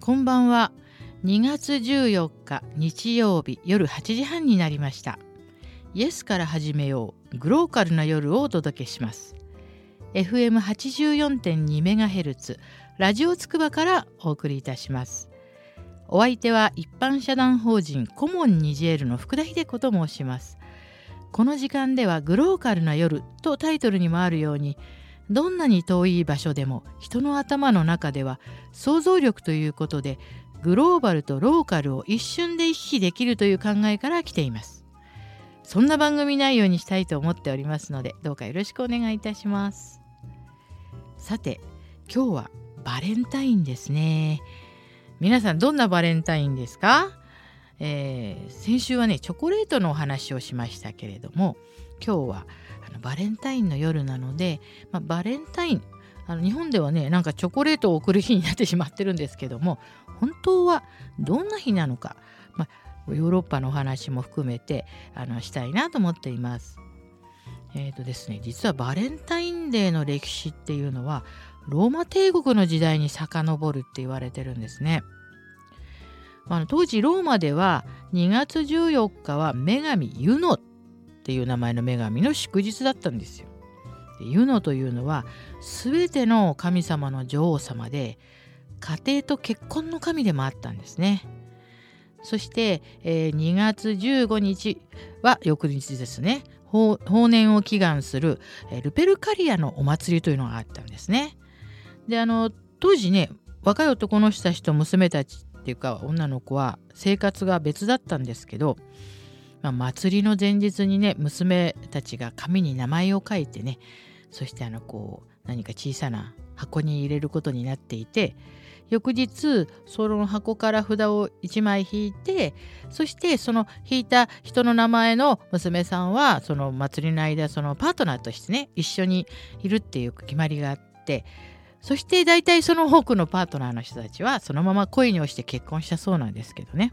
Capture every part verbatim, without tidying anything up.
こんばんは。にがつじゅうよっか日曜日夜はちじはんになりました。イエスから始めようグローカルな夜をお届けします。 エフエムはちじゅうよんてんにメガヘルツ ラジオつくばからお送りいたします。お相手は一般社団法人コモンニジェールの福田秀子と申します。この時間ではグローカルな夜とタイトルにもあるように、どんなに遠い場所でも人の頭の中では想像力ということでグローバルとローカルを一瞬で行き来できるという考えから来ています。そんな番組内容にしたいと思っておりますので、どうかよろしくお願いいたします。さて、今日はバレンタインですね。皆さんどんなバレンタインですか？えー、先週はねチョコレートのお話をしましたけれども、今日はあのバレンタインの夜なので、まあ、バレンタインあの日本ではねなんかチョコレートを贈る日になってしまってるんですけども、本当はどんな日なのか、まあ、ヨーロッパのお話も含めてあのしたいなと思っています。えーとですね、実はバレンタインデーの歴史っていうのはローマ帝国の時代に遡るって言われてるんですね。あの当時ローマではにがつじゅうよっかは女神ユノっていう名前の女神の祝日だったんですよ。でユノというのはすべての神様の女王様で、家庭と結婚の神でもあったんですね。そして、えー、にがつじゅうごにちは翌日ですね、法年を祈願する、えー、ルペルカリアのお祭りというのがあったんですね。であの当時ね、若い男の人たちと娘たちっていうか女の子は生活が別だったんですけど、まあ、祭りの前日にね娘たちが紙に名前を書いてね、そしてあのこう何か小さな箱に入れることになっていて、翌日その箱から札をいちまい引いて、そしてその引いた人の名前の娘さんはその祭りの間そのパートナーとしてね一緒にいるっていう決まりがあって、そして大体その多くのパートナーの人たちはそのまま恋に落ちて結婚したそうなんですけどね。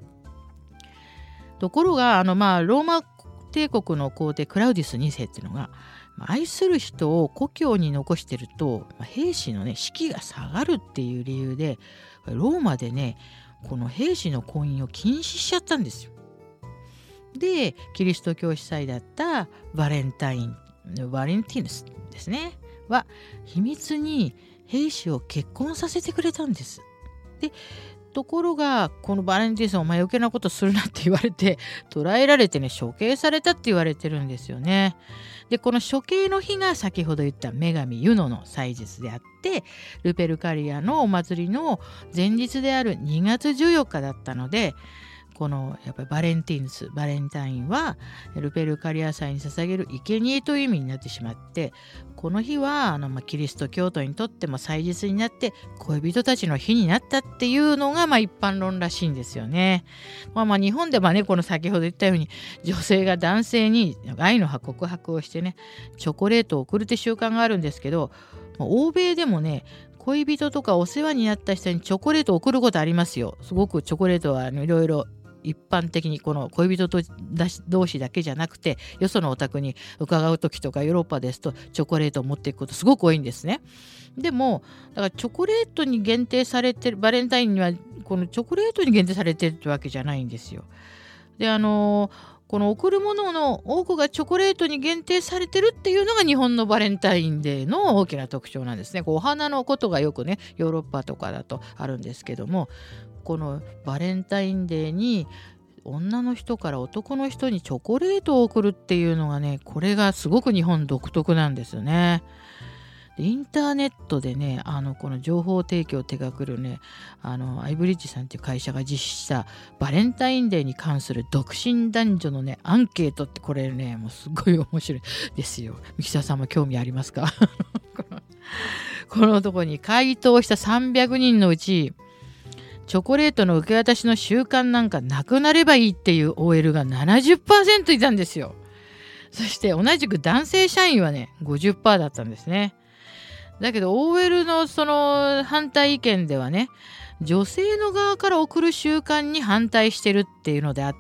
ところがあのまあローマ帝国の皇帝クラウディスにせいっていうのが、愛する人を故郷に残してると兵士のね士気が下がるっていう理由で、ローマでねこの兵士の婚姻を禁止しちゃったんですよ。でキリスト教司祭だったバレンタインバレンティヌスですねは秘密に兵士を結婚させてくれたんです。でところがこのバレンティヌスお前余計なことするなって言われて捕らえられてね処刑されたって言われてるんですよね。でこの処刑の日が先ほど言った女神ユノの祭日であって、ルペルカリアのお祭りの前日であるにがつじゅうよっかだったので、このやっぱりバレンティヌスバレンタインはルペルカリア祭に捧げる生贄という意味になってしまって、この日はあの、まあ、キリスト教徒にとっても祭日になって恋人たちの日になったっていうのが、まあ、一般論らしいんですよね。まあ、まあ日本ではねこの先ほど言ったように女性が男性に愛の告白をしてねチョコレートを贈るって習慣があるんですけど、欧米でもね恋人とかお世話になった人にチョコレートを贈ることありますよ。すごくチョコレートはいろいろ一般的にこの恋人と同士だけじゃなくて、よそのお宅に伺う時とかヨーロッパですとチョコレートを持っていくことすごく多いんですね。でもだからチョコレートに限定されてるバレンタインにはこのチョコレートに限定されてるってわけじゃないんですよ。であのこの贈るものの多くがチョコレートに限定されてるっていうのが日本のバレンタインデーの大きな特徴なんですね。こうお花のことがよくねヨーロッパとかだとあるんですけども、このバレンタインデーに女の人から男の人にチョコレートを贈るっていうのがね、これがすごく日本独特なんですよね。でインターネットでねあのこの情報提供を手掛けるねあのアイブリッジさんっていう会社が実施したバレンタインデーに関する独身男女のねアンケートって、これねもうすごい面白いですよ。ミキサーさんも興味ありますか？このとこに回答したさんびゃくにんのうちチョコレートの受け渡しの習慣なんかなくなればいいっていう オーエル が ななじゅっパーセント いたんですよ。そして同じく男性社員はね ごじゅっパーセント だったんですね。だけど オーエル のその反対意見ではね、女性の側から送る習慣に反対してるっていうのであって、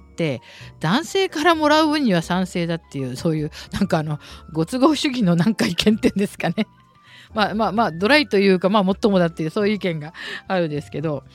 男性からもらう分には賛成だっていう、そういうなんかあのご都合主義のなんか意見ってんですかね。まあまあまあドライというかまあもっともだっていうそういう意見があるんですけど、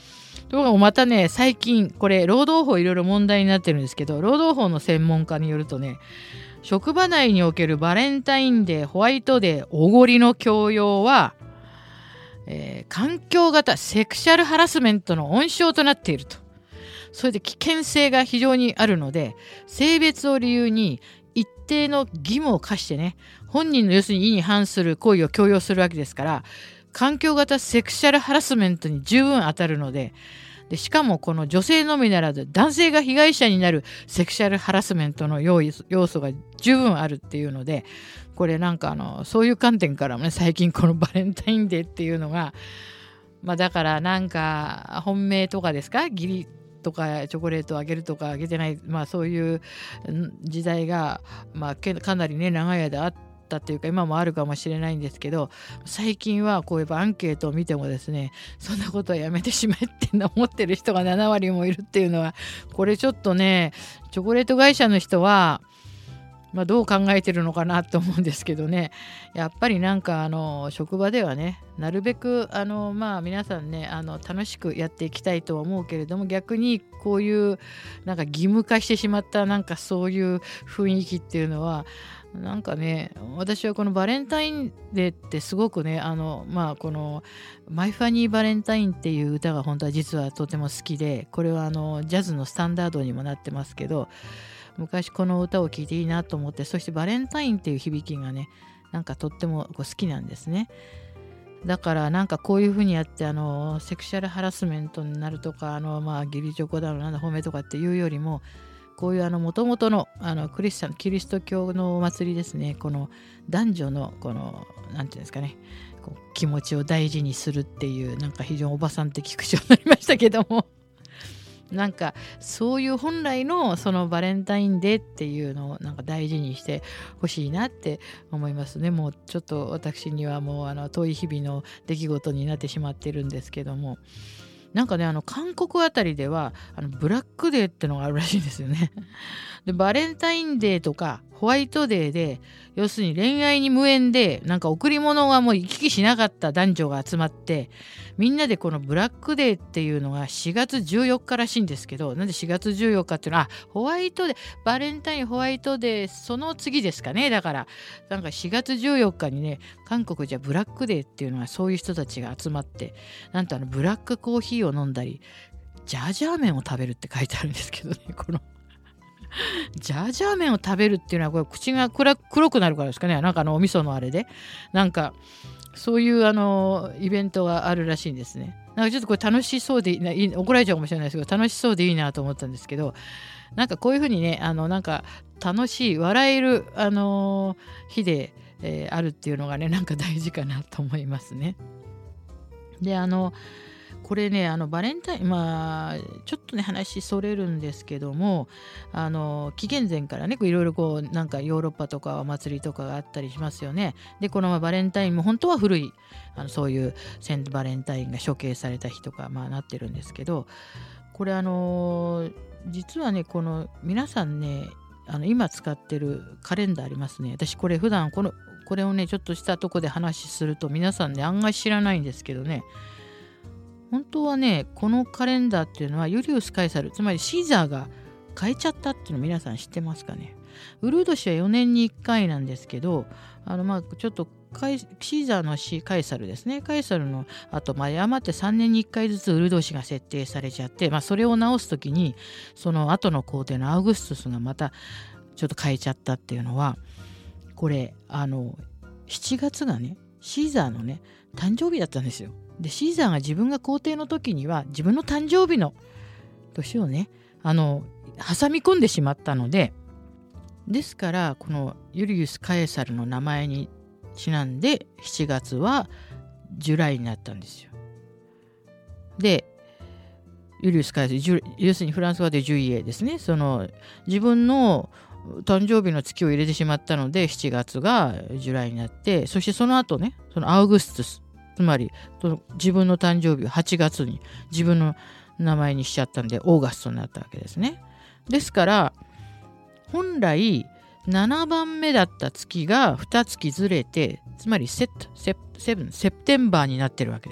ところがまたね、最近これ労働法いろいろ問題になってるんですけど、労働法の専門家によるとね、職場内におけるバレンタインデー、ホワイトデー、おごりの強要は、えー、環境型セクシャルハラスメントの温床となっていると。それで危険性が非常にあるので、性別を理由に一定の義務を課してね、本人の要するに意に反する行為を強要するわけですから、環境型セクシャルハラスメントに十分当たるので、でしかもこの女性のみならず男性が被害者になるセクシャルハラスメントの要素が十分あるっていうので、これなんかあのそういう観点からもね、最近このバレンタインデーっていうのが、まあだからなんか本命とかですか、義理とかチョコレートをあげるとかあげてない、まあそういう時代が、まあ、かなりね長い間あってたっていうか今もあるかもしれないんですけど、最近はこういうアンケートを見てもですね、そんなことはやめてしまえって思ってる人がななわりもいるっていうのは、これちょっとね、チョコレート会社の人は、まあ、どう考えてるのかなと思うんですけどね、やっぱりなんかあの職場ではね、なるべくあのまあ皆さんね、あの楽しくやっていきたいとは思うけれども、逆にこういうなんか義務化してしまったなんかそういう雰囲気っていうのは、なんかね、私はこのバレンタインデーってすごくね、あのまあこのマイファニーバレンタインっていう歌が本当は実はとても好きで、これはあのジャズのスタンダードにもなってますけど、昔この歌を聴いていいなと思って、そしてバレンタインっていう響きがね、なんかとってもこう好きなんですね。だからなんかこういうふうにやってあのセクシャルハラスメントになるとか、あのまあ義理チョコだろうなんだ褒めとかっていうよりも、こういうあの元々のあのクリスチャンキリスト教のお祭りですね、この男女のこのなんていうんですかね、こう気持ちを大事にするっていう、なんか非常におばさんって聞くようになりましたけどもなんかそういう本来のそのバレンタインデーっていうのをなんか大事にしてほしいなって思いますね。もうちょっと私にはもうあの遠い日々の出来事になってしまってるんですけども、なんかね、あの韓国あたりではあのブラックデーってのがあるらしいんですよね。でバレンタインデーとかホワイトデーで、要するに恋愛に無縁でなんか贈り物がもう行き来しなかった男女が集まって、みんなでこのブラックデーっていうのがしがつじゅうよっからしいんですけど、なんでしがつじゅうよっかっていうのは、あ、ホワイトデー、バレンタインホワイトデーその次ですかね。だからなんかしがつじゅうよっかにね、韓国じゃブラックデーっていうのはそういう人たちが集まって、なんとあのブラックコーヒーを飲んだりジャージャー麺を食べるって書いてあるんですけどね、このジャージャー麺を食べるっていうのはこれ口が黒くなるからですかね。なんかあのお味噌のあれでなんかそういうあのイベントがあるらしいんですね。なんかちょっとこれ楽しそうでいいな、いい怒られちゃうかもしれないですけど、楽しそうでいいなと思ったんですけど、なんかこういうふうにね、あのなんか楽しい笑えるあの日で、えー、あるっていうのがね、なんか大事かなと思いますね。であのこれね、あのバレンタイン、まあちょっとね話それるんですけども、あの紀元前からねいろいろこうなんかヨーロッパとかお祭りとかがあったりしますよね。でこのバレンタインも本当は古いあのそういうセントバレンタインが処刑された日とかまあなってるんですけど、これあの実はね、この皆さんね、あの今使ってるカレンダーありますね。私これ普段このこれをねちょっとしたとこで話すると皆さんね案外知らないんですけどね、本当はねこのカレンダーっていうのはユリウス・カエサル、つまりシーザーが変えちゃったっていうの皆さん知ってますかね。ウルー年はよねんにいっかいなんですけど、あのまあちょっとシーザーのシカエサルですね、カエサルのあとまあ誤ってさんねんにいっかいずつウル年が設定されちゃって、まあ、それを直すときにその後の皇帝のアウグストゥスがまたちょっと変えちゃったっていうのは、これあのしちがつがねシーザーのね誕生日だったんですよ。でシーザーが自分が皇帝の時には自分の誕生日の年をねあの挟み込んでしまったので、ですからこのユリウス・カエサルの名前にちなんでしちがつはジュライになったんですよ。でユリウス・カエサル、要するにフランス語でジュイエですね、その自分の誕生日の月を入れてしまったのでしちがつがジュライになって、そしてその後ねそのアウグストゥス、つまりその自分の誕生日をはちがつに自分の名前にしちゃったんでオーガストになったわけですね。ですから本来ななばんめだった月がにつきずれて、つまりセットセセブンセプテンバーになってるわけですよ。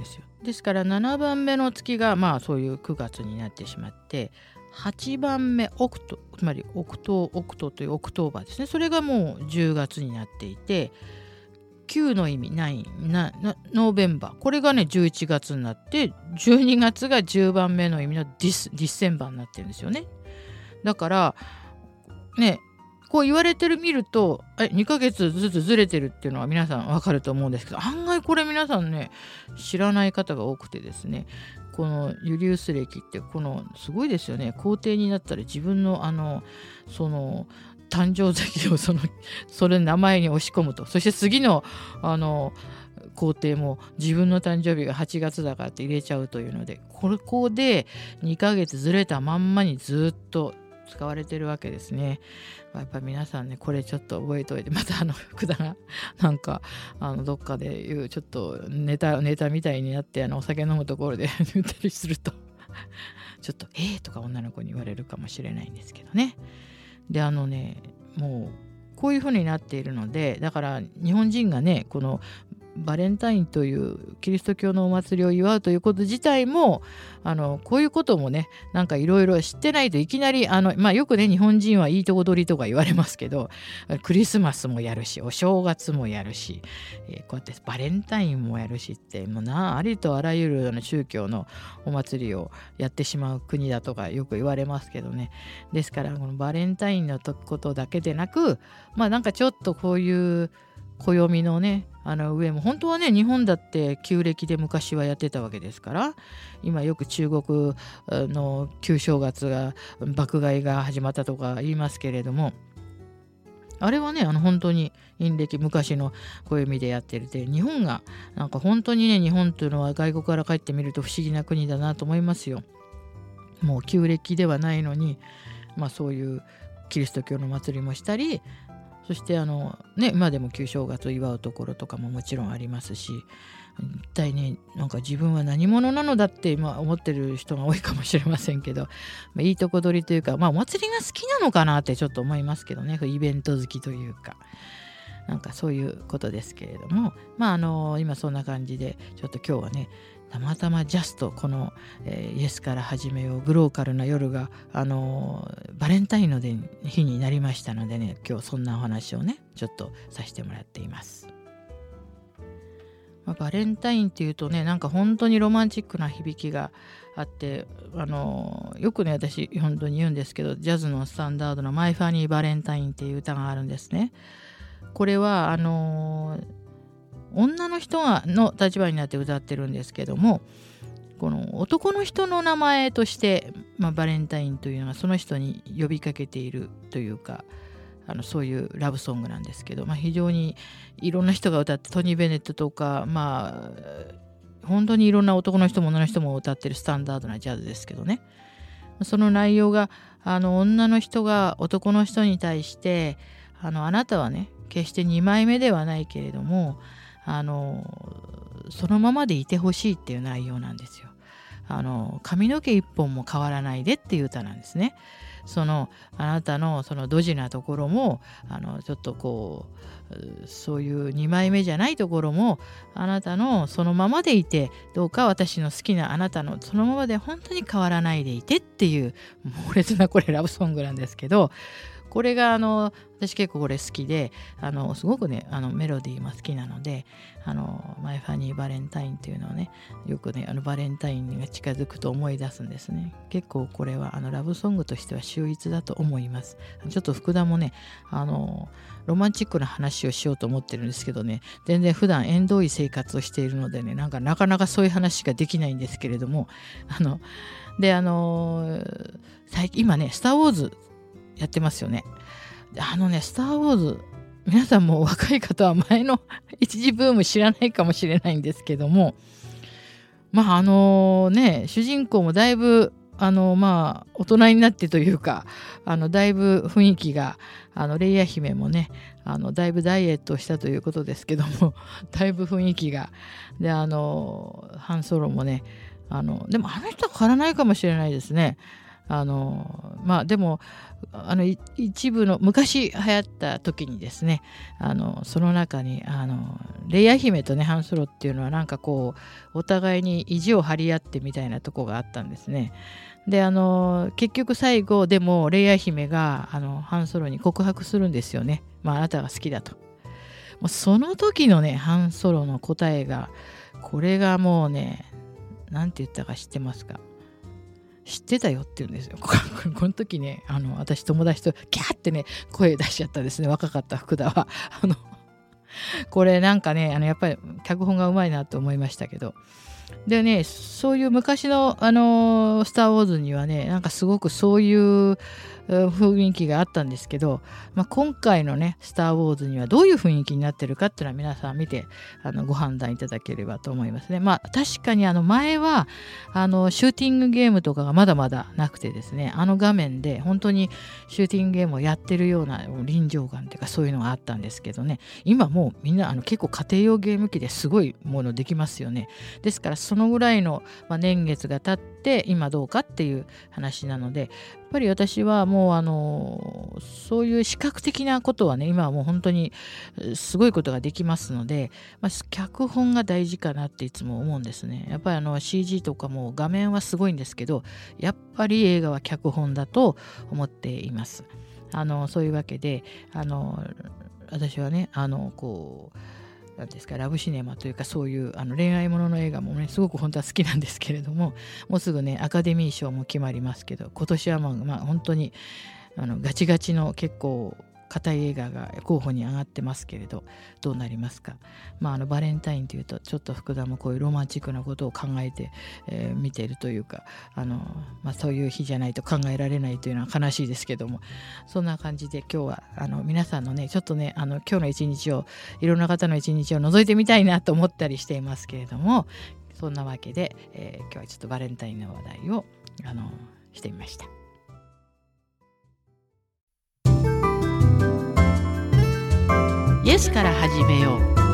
ですからななばんめの月がまあそういうくがつになってしまって、はちばんめオクト、つまりオクトオクトというオクトーバーですね、それがもうじゅうがつになっていて、きゅうの意味ナインななノーベンバー、これがねじゅういちがつになって、じゅうにがつがじゅうばんめの意味のディスディッセンバーになってるんですよね。だからね、こう言われてる見るとえにかげつずつずれてるっていうのは皆さんわかると思うんですけど、案外これ皆さんね知らない方が多くてですね、このユリウス暦ってこのすごいですよね。皇帝になったら自分のあのその誕生月をそのそれ名前に押し込むと、そして次のあの皇帝も自分の誕生日がはちがつだからって入れちゃうというので、ここでにかげつずれたまんまにずっと使われてるわけですね。やっぱり皆さんねこれちょっと覚えておいて、またあの福田がなんかあのどっかでいうちょっとネタネタみたいになってあのお酒飲むところで言ったりするとちょっとえーとか女の子に言われるかもしれないんですけどね。であのねもうこういう風になっているので、だから日本人がねこのバレンタインというキリスト教のお祭りを祝うということ自体もあのこういうこともねなんかいろいろ知ってないといきなりあの、まあ、よくね日本人はいいとこ取りとか言われますけど、クリスマスもやるしお正月もやるし、えー、こうやってバレンタインもやるしってもうなありとあらゆる宗教のお祭りをやってしまう国だとかよく言われますけどね。ですからこのバレンタインのことだけでなく、まあなんかちょっとこういう暦のねあの上も本当はね日本だって旧暦で昔はやってたわけですから、今よく中国の旧正月が爆買いが始まったとか言いますけれども、あれはねあの本当に陰暦昔の暦でやってるで、日本がなんか本当にね日本というのは外国から帰ってみると不思議な国だなと思いますよ。もう旧暦ではないのに、まあ、そういうキリスト教の祭りもしたり、そしてあのね今でも旧正月を祝うところとかももちろんありますし、一体ねなんか自分は何者なのだって今思ってる人が多いかもしれませんけど、まあ、いいとこ取りというか、まあお祭りが好きなのかなってちょっと思いますけどね、イベント好きというかなんかそういうことですけれども、まああの今そんな感じでちょっと今日はねたまたまジャストこの、えー、イエスから始めようグローカルな夜が、あのー、バレンタインの日になりましたのでね、今日そんなお話をねちょっとさせてもらっています。まあ、バレンタインっていうとねなんか本当にロマンチックな響きがあって、あのー、よくね私本当に言うんですけど、ジャズのスタンダードのマイ・ファニー・バレンタインっていう歌があるんですね。これはあのー女の人がの立場になって歌ってるんですけども、この男の人の名前として、まあ、バレンタインというのがその人に呼びかけているというか、あのそういうラブソングなんですけど、まあ、非常にいろんな人が歌って、トニー・ベネットとか、まあ本当にいろんな男の人も女の人も歌ってるスタンダードなジャズですけどね、その内容があの女の人が男の人に対して、あのあなたはね決してにまいめではないけれどもあのそのままでいてほしいっていう内容なんですよ。あの髪の毛一本も変わらないでっていう歌なんですね。そのあなたのそのドジなところもあのちょっとこうそういうにまいめじゃないところもあなたのそのままでいて、どうか私の好きなあなたのそのままで本当に変わらないでいてっていう猛烈なこれラブソングなんですけど、これがあの私結構これ好きで、あのすごくねあのメロディーも好きなので、あのマイ・ファニー・バレンタインっていうのをねよくねあのバレンタインが近づくと思い出すんですね。結構これはあのラブソングとしては秀逸だと思います。ちょっと福田もねあのロマンチックな話をしようと思ってるんですけどね、全然普段縁遠い生活をしているのでね、なんかなかなかそういう話ができないんですけれども、あのであの最近今ねスター・ウォーズやってますよね。あのねスター・ウォーズ、皆さんも若い方は前の一時ブーム知らないかもしれないんですけども、まああのね主人公もだいぶあのまあ大人になってというか、あのだいぶ雰囲気が、あのレイヤ姫もねあのだいぶダイエットしたということですけどもだいぶ雰囲気がで、あのハンソロもねあのでもあの人は変わらないかもしれないですね。あのまあでもあの一部の昔流行った時にですね、あのその中にあのレイヤ姫とねハンソロっていうのはなんかこうお互いに意地を張り合ってみたいなとこがあったんですね。であの結局最後でもレイヤ姫があのハンソロに告白するんですよね。まああなたが好きだと。もうその時のねハンソロの答えがこれがもうねなんて言ったか知ってますか？知ってたよって言うんですよ。この時ねあの私友達とキャーってね声出しちゃったですね。若かった福田はあのこれなんかねあのやっぱり脚本がうまいなと思いましたけど、でねそういう昔のあのスター・ウォーズにはねなんかすごくそういう雰囲気があったんですけど、まあ、今回のねスター・ウォーズにはどういう雰囲気になってるかっていうのは皆さん見てあのご判断いただければと思いますね。まあ確かにあの前はあのシューティングゲームとかがまだまだなくてですね、あの画面で本当にシューティングゲームをやってるような臨場感っていうかそういうのがあったんですけどね、今もうみんなあの結構家庭用ゲーム機ですごいものできますよね。ですからそのぐらいの、まあ、年月が経って今どうかっていう話なので、やっぱり私はもうあのそういう視覚的なことはね今はもう本当にすごいことができますので、まあ、脚本が大事かなっていつも思うんですね。やっぱりあの シージー とかも画面はすごいんですけど、やっぱり映画は脚本だと思っています。あのそういうわけであの私はねあのこうなんですかラブシネマというかそういうあの恋愛ものの映画もねすごく本当は好きなんですけれども、もうすぐねアカデミー賞も決まりますけど、今年はまあ、まあ、本当にあのガチガチの結構硬い映画が候補に上がってますけれど、どうなりますか。まああのバレンタインというとちょっと福田もこういうロマンチックなことを考えて、えー、見ているというかあの、まあ、そういう日じゃないと考えられないというのは悲しいですけども、そんな感じで今日はあの皆さんのねちょっとねあの今日の一日をいろんな方の一日を覗いてみたいなと思ったりしていますけれども、そんなわけで、えー、今日はちょっとバレンタインの話題をあのしてみました。イエスから始めよう。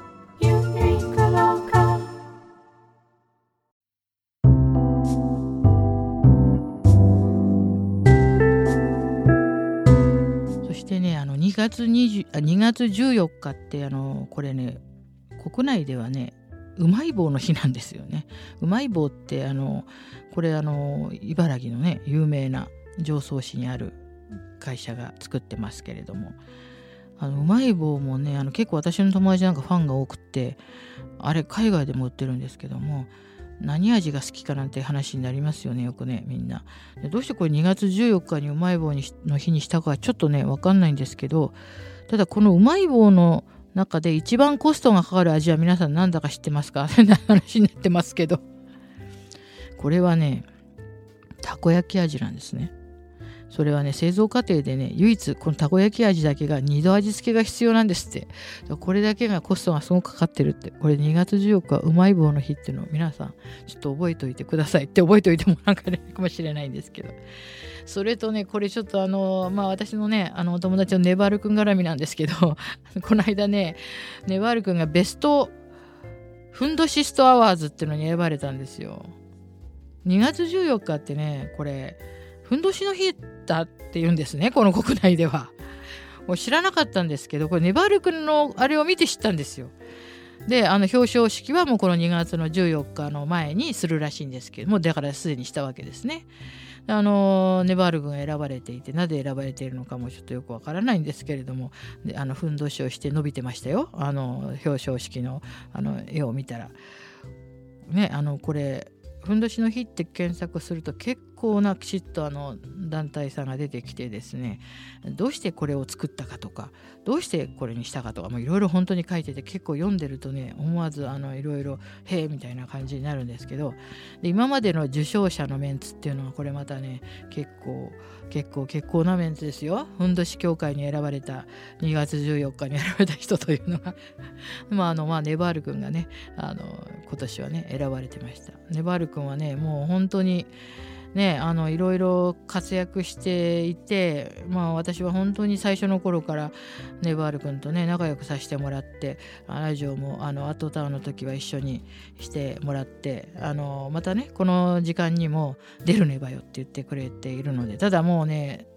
そしてねあのにがつにじゅうあにがつじゅうよっかってあのこれね国内ではねうまい棒の日なんですよね。うまい棒ってあのこれあの茨城のね有名な常総市にある会社が作ってますけれども、あのうまい棒もねあの結構私の友達なんかファンが多くて、あれ海外でも売ってるんですけども、何味が好きかなんて話になりますよねよくねみんなで。どうしてこれにがつじゅうよっかにうまい棒にの日にしたかはちょっとね分かんないんですけど、ただこのうまい棒の中で一番コストがかかる味は皆さん何だか知ってますか？そんな話になってますけど、これはねたこ焼き味なんですね。それはね製造過程でね唯一このたこ焼き味だけが二度味付けが必要なんですって。これだけがコストがすごくかかってるって。これにがつじゅうよっかうまい棒の日っていうのを皆さんちょっと覚えておいてくださいって覚えておいてもなんかねかもしれないんですけど、それとねこれちょっとあのまあ私のねあのお友達のネバールくん絡みなんですけどこの間ねネバールくんがベストフンドシストアワーズっていうのに選ばれたんですよ。にがつじゅうよっかってねこれふんどしの日だって言うんですねこの国内では。もう知らなかったんですけど、これネバール君のあれを見て知ったんですよ。であの表彰式はもうこのにがつのじゅうよっかの前にするらしいんですけども、だからすでにしたわけですね。あのネバール君が選ばれていて、なぜ選ばれているのかもちょっとよくわからないんですけれども、であのふんどしをして伸びてましたよ、あの表彰式のあの絵を見たらね。あのこれふんどしの日って検索すると結構なきちっとあの団体さんが出てきてですね、どうしてこれを作ったかとかどうしてこれにしたかとかいろいろ本当に書いてて、結構読んでるとね思わずあのいろいろへえみたいな感じになるんですけど、で今までの受賞者のメンツっていうのはこれまたね結構結構結構なメンツですよ。ふんどし協会に選ばれたにがつじゅうよっかに選ばれた人というのがまああのまあネバール君がねあの今年はね選ばれてました。ネバール君はねもう本当にね、あのいろいろ活躍していて、まあ私は本当に最初の頃からネバール君とね仲良くさせてもらって、ラジオもあのアットタウンの時は一緒にしてもらって、あのまたねこの時間にも出るねばよって言ってくれているので、ただもうね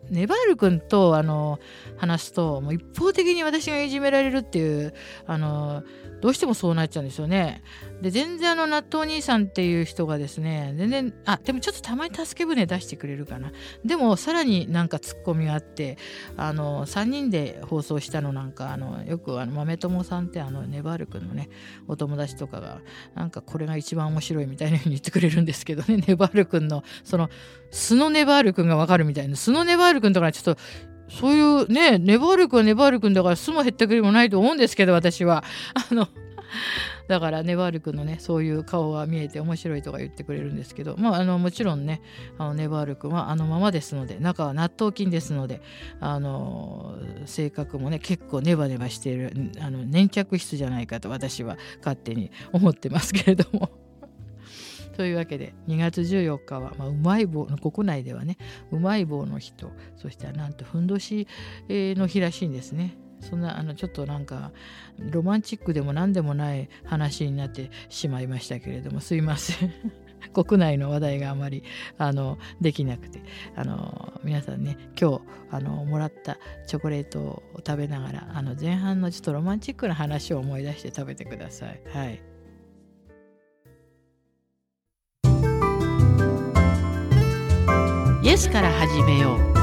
ネバール君とあの話すともう一方的に私がいじめられるっていうあのどうしてもそうなっちゃうんですよね。で全然あの納豆兄さんっていう人がですね全然あでもちょっとたまに助け舟出してくれるかな。でもさらになんかツッコミがあってあのさんにんで放送したのなんかあのよくあの豆友さんってあのネバール君のねお友達とかがなんかこれが一番面白いみたいな風に言ってくれるんですけどねネバール君のその素のネバール君がわかるみたいな素のネバール君とかちょっとそういうねネバール君はネバール君だから巣も減ったくりもないと思うんですけど私はあのだからネバール君のねそういう顔が見えて面白いとか言ってくれるんですけど、まあ、あのもちろんねあのネバール君はあのままですので中は納豆菌ですのであの性格もね結構ネバネバしているあの粘着質じゃないかと私は勝手に思ってますけれどもというわけでにがつじゅうよっかは、まあ、うまい棒の国内ではねうまい棒の日とそしてなんとふんどしの日らしいんですね。そんなあのちょっとなんかロマンチックでも何でもない話になってしまいましたけれどもすいません国内の話題があまりあのできなくてあの皆さんね今日あのもらったチョコレートを食べながらあの前半のちょっとロマンチックな話を思い出して食べてください。はい。イエスから始めよう。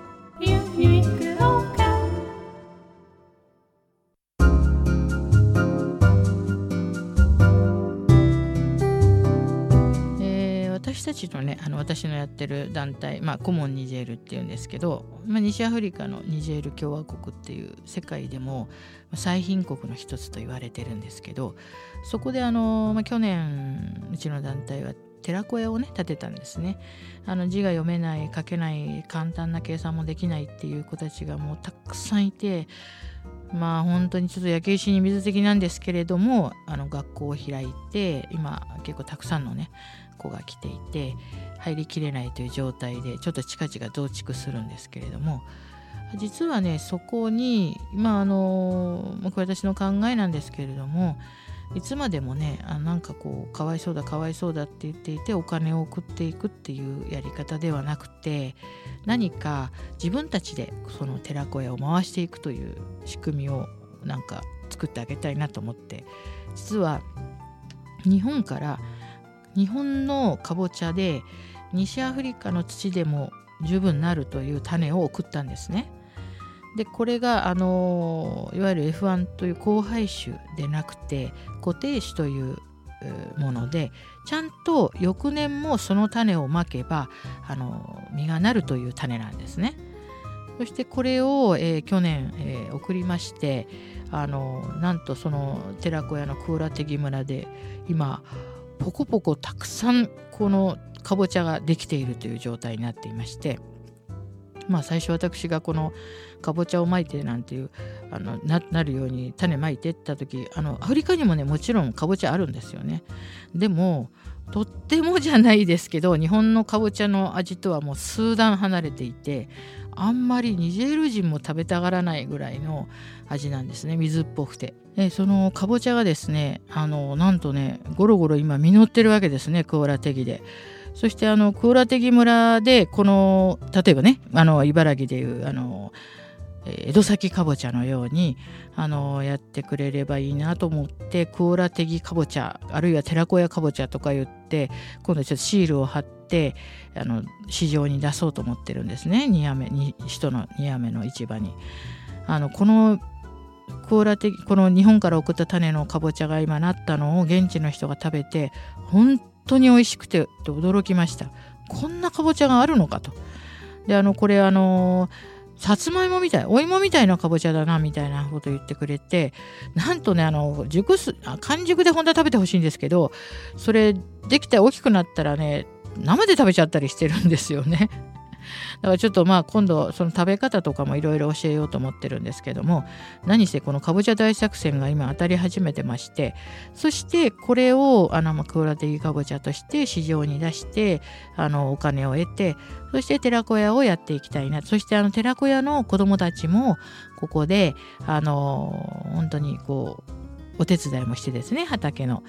私たちのねあの私のやってる団体、まあ、コモンニジェールっていうんですけど、まあ、西アフリカのニジェール共和国っていう世界でも最貧国の一つと言われてるんですけどそこであの、まあ、去年うちの団体は寺子屋をね建てたんですね。あの字が読めない書けない簡単な計算もできないっていう子たちがもうたくさんいてまあ本当にちょっと焼け石に水的なんですけれどもあの学校を開いて今結構たくさんのね子が来ていて入りきれないという状態でちょっと地価値が増築するんですけれども実はねそこにまああのこれ私の考えなんですけれどもいつまでもねあなんかこうかわいそうだかわいそうだって言っていてお金を送っていくっていうやり方ではなくて何か自分たちでその寺子屋を回していくという仕組みをなんか作ってあげたいなと思って実は日本から日本のかぼちゃで西アフリカの土でも十分なるという種を送ったんですね。でこれがあのいわゆる エフワン という交配種でなくて固定種というものでちゃんと翌年もその種をまけばあの実がなるという種なんですね。そしてこれを、えー、去年、えー、送りましてあのなんとその寺子屋のクーラテギ村で今ポコポコたくさんこのかぼちゃができているという状態になっていましてまあ最初私がこのかぼちゃをまいてなんていうあの な, なるように種まいてって言った時あのアフリカにもねもちろんかぼちゃあるんですよね。でもとってもじゃないですけど日本のかぼちゃの味とはもう数段離れていてあんまりニジェール人も食べたがらないぐらいの味なんですね水っぽくて。でそのかぼちゃがですねあのなんとねゴロゴロ今実ってるわけですねクオラテギで。そしてあのクオラテギ村でこの例えばねあの茨城でいうあの江戸崎かぼちゃのようにあのやってくれればいいなと思ってクオラテギかぼちゃあるいは寺子屋かぼちゃとか言って今度ちょっとシールを貼ってあの市場に出そうと思ってるんですね。にやめに首都のにやめの市場にあのこのクオラテギこの日本から送った種のかぼちゃが今なったのを現地の人が食べて本当に美味しくて驚きました。こんなかぼちゃがあるのかと。であのこれあのさつまいもみたいお芋みたいなかぼちゃだなみたいなこと言ってくれてなんとねあの熟すあ完熟で本当は食べてほしいんですけどそれできて大きくなったらね生で食べちゃったりしてるんですよね。だからちょっとまあ今度その食べ方とかもいろいろ教えようと思ってるんですけども何せこのかぼちゃ大作戦が今当たり始めてましてそしてこれをあのクオラテギかぼちゃとして市場に出してあのお金を得てそして寺子屋をやっていきたいなそしてあの寺子屋の子どもたちもここであの本当にこうお手伝いもしてですね畑の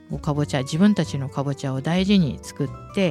かぼちゃ、自分たちのかぼちゃを大事に作って、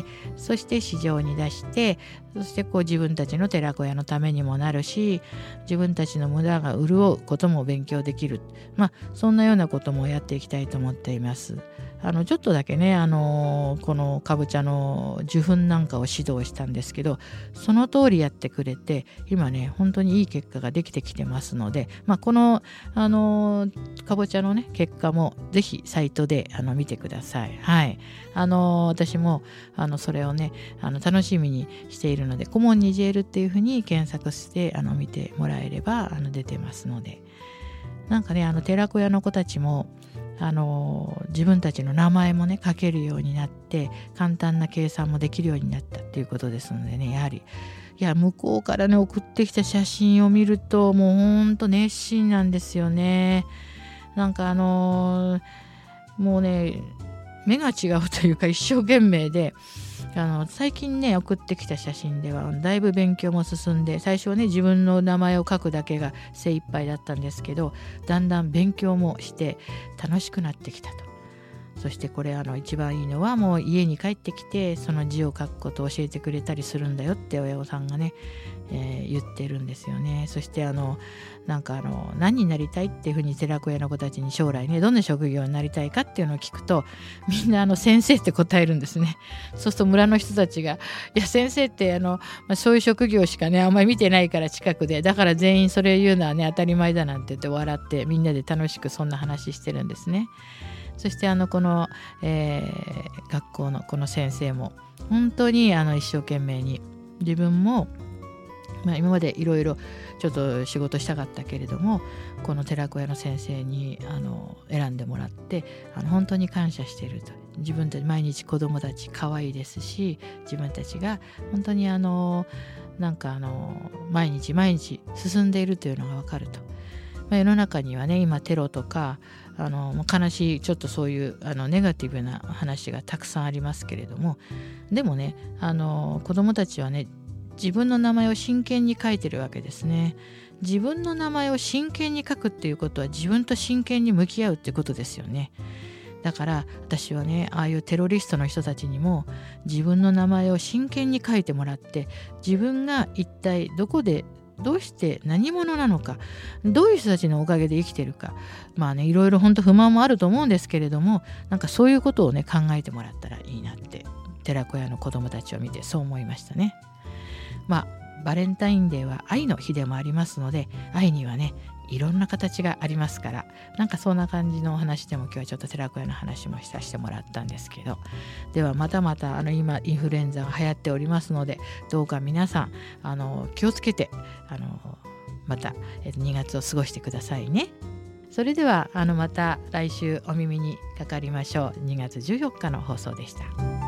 そして市場に出して、そしてこう自分たちの寺子屋のためにもなるし、自分たちの無駄が潤うことも勉強できる、まあそんなようなこともやっていきたいと思っています。あのちょっとだけね、あのこのかぼちゃの受粉なんかを指導したんですけど、その通りやってくれて、今ね本当にいい結果ができてきてますので、まあ、このあのかぼちゃのね結果もぜひサイトであの見てください。はい、あの私もあのそれをねあの楽しみにしているので、コモンニジェールっていうふうに検索してあの見てもらえればあの出てますので、なんかねあの寺子屋の子たちもあの自分たちの名前もね書けるようになって、簡単な計算もできるようになったっていうことですのでね、やはりいや向こうからね送ってきた写真を見るともうほんと熱心なんですよね。なんかあのー、もうね目が違うというか一生懸命で、あの最近ね送ってきた写真ではだいぶ勉強も進んで、最初はね自分の名前を書くだけが精一杯だったんですけど、だんだん勉強もして楽しくなってきたと。そしてこれあの一番いいのは、もう家に帰ってきてその字を書くことを教えてくれたりするんだよって親御さんがね、えー、言ってるんですよね。そしてあのなんかあの何になりたいっていうふうに寺子屋の子たちに将来ねどんな職業になりたいかっていうのを聞くと、みんなあの先生って答えるんですね。そうすると村の人たちが、いや先生ってあの、まあ、そういう職業しかねあんまり見てないから近くで、だから全員それ言うのはね当たり前だなんて言って笑って、みんなで楽しくそんな話してるんですね。そしてあのこの、えー、学校のこの先生も本当にあの一生懸命に自分も、まあ、今までいろいろちょっと仕事したかったけれども、この寺子屋の先生にあの選んでもらってあの本当に感謝していると。自分たち毎日子供たち可愛いですし、自分たちが本当にあのなんかあの毎日毎日進んでいるというのが分かると。まあ、世の中にはね今テロとかあの悲しいちょっとそういうあのネガティブな話がたくさんありますけれども、でもねあの子どもたちはね自分の名前を真剣に書いてるわけですね。自分の名前を真剣に書くっていうことは自分と真剣に向き合うってことですよね。だから私はねああいうテロリストの人たちにも自分の名前を真剣に書いてもらって、自分が一体どこでどうして何者なのか、どういう人たちのおかげで生きてるか、まあねいろいろ本当不満もあると思うんですけれども、なんかそういうことをね考えてもらったらいいなって寺子屋の子どもたちを見てそう思いましたね。まあバレンタインデーは愛の日でもありますので、愛にはねいろんな形がありますから、なんかそんな感じのお話でも今日はちょっと寺子屋の話もさせてもらったんですけど、ではまたまたあの今インフルエンザが流行っておりますので、どうか皆さんあの気をつけてあのまたにがつを過ごしてくださいね。それではあのまた来週お耳にかかりましょう。にがつじゅうよっかの放送でした。